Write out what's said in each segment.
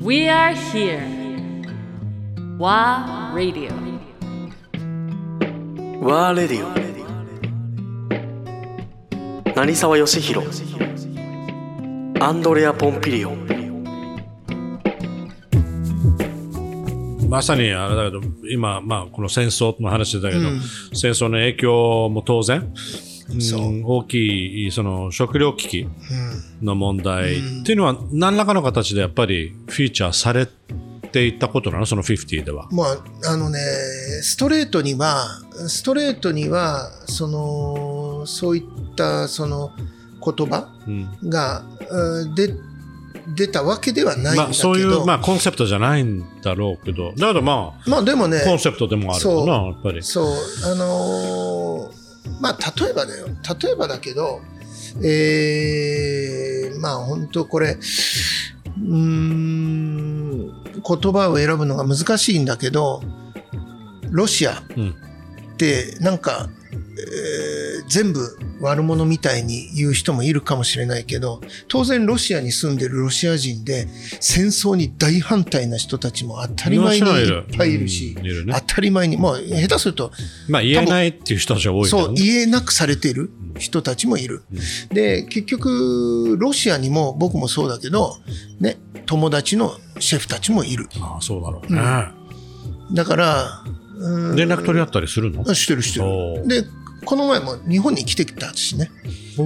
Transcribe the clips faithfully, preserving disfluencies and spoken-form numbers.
We are here. ワー Radio。 ワーレディオ。成沢義弘、アンドレア・ポンピリオン。 まさにあれだけど、今、まあ、この戦争の話だけど、うん、戦争の影響も当然、うん、大きいその食糧危機の問題っていうのは何らかの形でやっぱりフィーチャーされていったことなの、そのフィフティーでは。 まあ、あのね、ストレートにはストレートにはそのそういったその言葉が、うん、で出たわけではないんだけど、まあ、 そういう、まあ、コンセプトじゃないんだろうけど、だけどまあ、 まあでもね、 コンセプトでもあるかな、やっぱり。 そう、あのー、まあ例えばだよ、例えばだけど、えー、まあ本当これ、うーん、言葉を選ぶのが難しいんだけど、ロシアってなんか、えー、全部悪者みたいに言う人もいるかもしれないけど、当然ロシアに住んでるロシア人で戦争に大反対な人たちも当たり前にいっぱいいるし、うんいるね、当たり前に、もう下手すると、 まあ言えないっていう人たちが多いからね。 そう、言えなくされている人たちもいる。うん、で、結局、ロシアにも僕もそうだけど、ね、友達のシェフたちもいる。 ああ、そうだろうね。 うん、だから、 うん、連絡取り合ったりするの？ してるしてる。で、この前も日本に来てきたしね。 うん。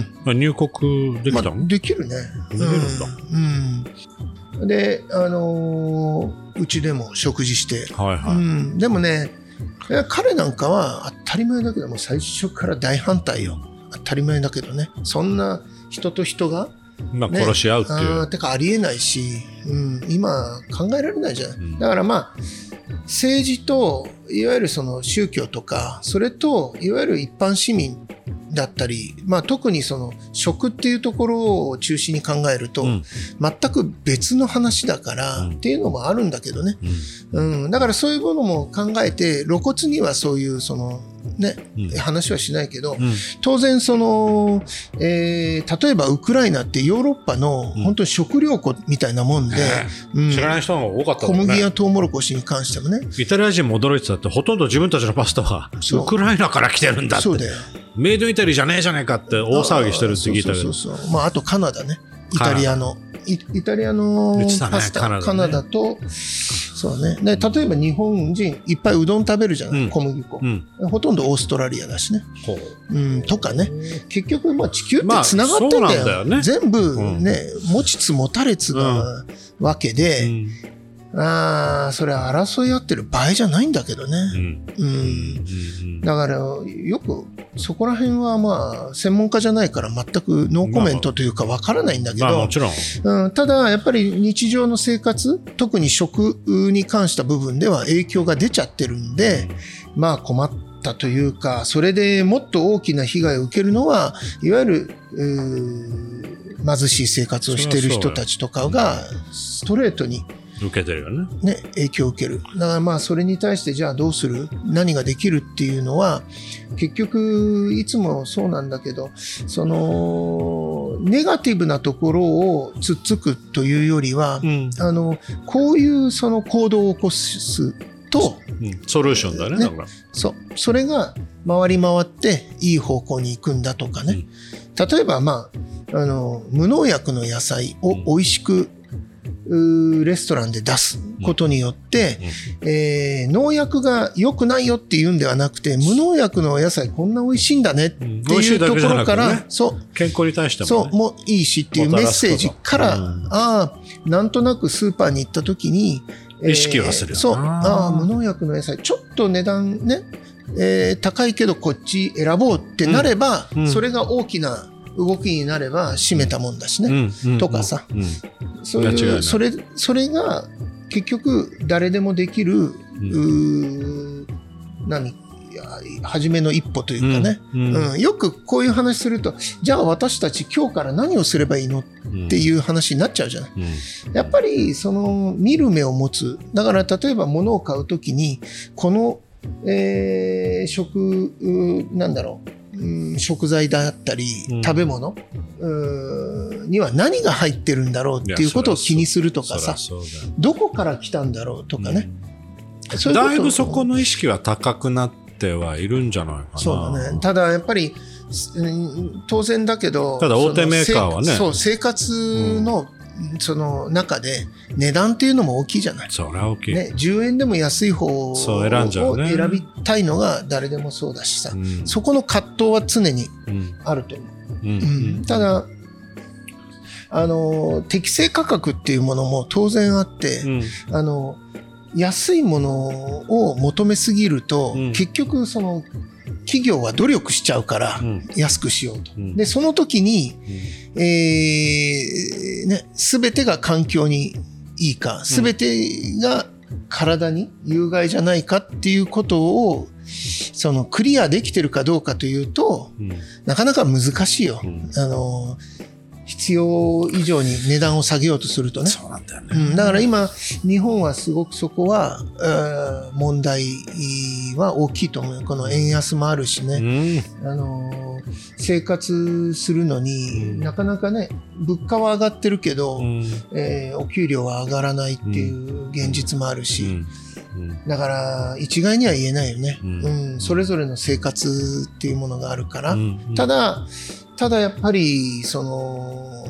入国できたの？ まあ、できるね。 できるんだ。 うん。で、あのー、うちでも食事して。 はいはい。うん、 でもね、彼なんかは当たり前だけども最初から大反対よ。当たり前だけどね。そんな人と人が、 まあ、殺し合うっていう。 あてかありえないし、うん、今考えられないじゃない。うん、だからまあ、政治といわゆるその宗教とか、それといわゆる一般市民だったり、まあ、特にその食っていうところを中心に考えると、うん、全く別の話だからっていうのもあるんだけどね、うんうん、だからそういうものも考えて露骨にはそういうそのね、うん、話はしないけど、うん、当然その、えー、例えばウクライナってヨーロッパの本当に食料庫みたいなもんで、 うん、知らない人が多かったもんね。 小麦やトウモロコシに関してもね、 イタリア人も驚いてたって、ほとんど自分たちのパスタはウクライナから来てるんだって、 そうだよ、 メイドイタリーじゃねえじゃねえかって大騒ぎしてるって聞いたけど、 そうそうそう、まあ、あとカナダね、イタリアのイ, イタリアのパスタ、ね、カナダと、そうね。で、例えば日本人いっぱいうどん食べるじゃない、うん、小麦粉、うん、ほとんどオーストラリアだしね、うん、とかね。結局まあ地球ってつながってんだよ、まあ、そうなんだよね。全部ね、うん、持ちつ持たれつなわけで、うんうん、ああ、それは争い合ってる場合じゃないんだけどね、うんうん、だからよくそこら辺はまあ専門家じゃないから全くノーコメントというかわからないんだけど、まあ、 もちろん、 うん、ただやっぱり日常の生活、特に食に関した部分では影響が出ちゃってるんで、まあ困ったというか、それでもっと大きな被害を受けるのはいわゆる貧しい生活をしている人たちとかがストレートに受けてるよね。 ね、影響を受ける。だからまあそれに対してじゃあどうする？何ができるっていうのは結局いつもそうなんだけど、そのネガティブなところをつっつくというよりは、うん、あのこういうその行動を起こすと、 うん、ソリューションだね。ね、だからそう、それが回り回っていい方向に行くんだとかね。うん、例えばまああの無農薬の野菜を美味しくレストランで出すことによって、うんえー、農薬が良くないよっていうんではなくて、無農薬のお野菜こんな美味しいんだねっていうところから、うんね、そう健康に対しても、ね、 そうもいいしっていうメッセージから、うん、ああなんとなくスーパーに行った時に、 えー、意識はするよな。 そう、ああ無農薬の野菜ちょっと値段ね、えー、高いけどこっち選ぼうってなれば、うんうん、それが大きな動きになれば閉めたもんだしね、うんうん、とかさ、うん、そういうそれそれが結局誰でもできる、うん、何初めの一歩というかね、うんうんうん、よくこういう話すると、じゃあ私たち今日から何をすればいいのっていう話になっちゃうじゃない、うん、やっぱりその見る目を持つ。だから例えば物を買うときにこの、えー、食なんだろううん、食材だったり、うん、食べ物うーには何が入ってるんだろうっていうことを気にするとかさ、どこから来たんだろうとかね、 うん、そういうことだいぶそこの意識は高くなってはいるんじゃないかな。 そうだね。ただやっぱり当然だけど、 ただ大手メーカーはね、 そう生活の、うん、その中で値段っていうのも大きいじゃない。 それは大きい、 ね、じゅうえんでも安い方をそう選んじゃうね、 選びたいのが誰でもそうだしさ、 うん、 そこの葛藤は常にあると思う、うんうん、ただあの適正価格っていうものも当然あって、うん、あの安いものを求めすぎると、うん、結局その企業は努力しちゃうから安くしようと、うん、でその時に、うん、えーね、全てが環境にいいか全てが体に有害じゃないかっていうことをそのクリアできてるかどうかというと、うん、なかなか難しいよ、うん、あの必要以上に値段を下げようとするとね。 そうなんだよね、 うん、だから今日本はすごくそこは問題は大きいと思うよ。この円安もあるしね、うん、あの生活するのに、うん、なかなかね物価は上がってるけど、うん、えー、お給料は上がらないっていう現実もあるし、うんうん、だから一概には言えないよね、うんうん、それぞれの生活っていうものがあるから、うんうん、ただただやっぱりその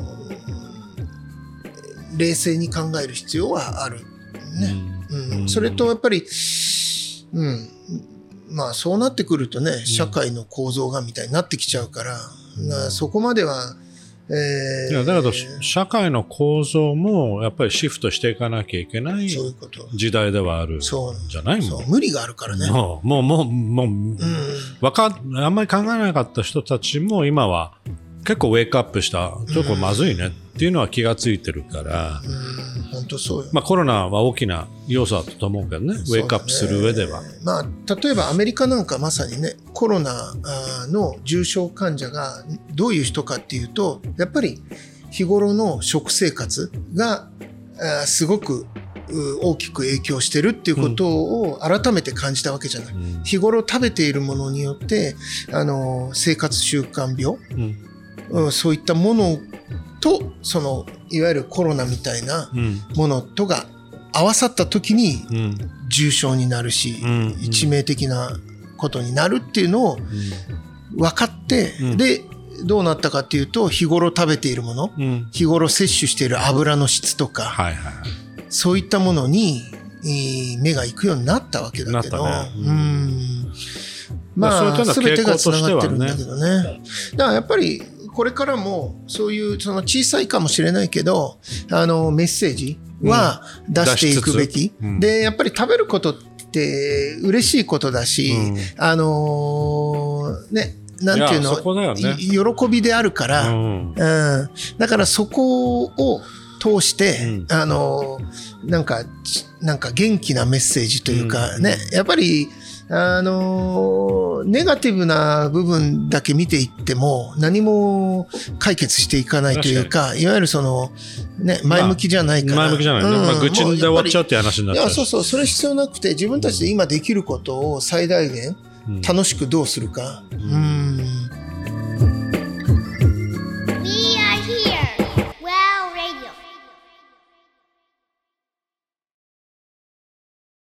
冷静に考える必要はあるね、うんうん、それとやっぱり、うん、まあそうなってくるとね社会の構造がみたいになってきちゃうから、うん、からそこまでは、えー、 いやだけど社会の構造もやっぱりシフトしていかなきゃいけない時代ではあるじゃないもん。 無理があるからね。 もうもうもうもう、うん、わかあんまり考えなかった人たちも今は結構ウェイクアップしたちょっとまずいねっていうのは気がついてるから、 うん、本当そうよ。 まあコロナは大きな要素だったと思うけどね、ウェイクアップする上では。 まあ例えばアメリカなんかまさにねコロナの重症患者がどういう人かっていうとやっぱり日頃の食生活がすごく大きく影響してるっていうことを改めて感じたわけじゃない、うん、日頃食べているものによってあの生活習慣病、うん、そういったものとそのいわゆるコロナみたいなものとが合わさった時に重症になるし、うん、致命的なことになるっていうのを分かって、うん、でどうなったかっていうと日頃食べているもの、うん、日頃摂取している油の質とか、はいはい、そういったものに目が行くようになったわけだけど、ね、うんうんまあ全てがつながってるんだけどね。だからやっぱりこれからもそういうその小さいかもしれないけどあのメッセージは出していくべき、うん、でやっぱり食べることって嬉しいことだし、うん、あのー、ねなんていうの、ね、喜びであるから、うんうん、だからそこを通して、うん、あのなんかなんか元気なメッセージというかね、うん、やっぱりあのネガティブな部分だけ見ていっても何も解決していかないというか、いわゆるそのね前向きじゃないから、 まあ、前向きじゃないね、うんまあ、愚痴で終わっちゃうっていう話になっちゃう。いやそうそうそれ必要なくて自分たちで今できることを最大限楽しくどうするか、うん、うん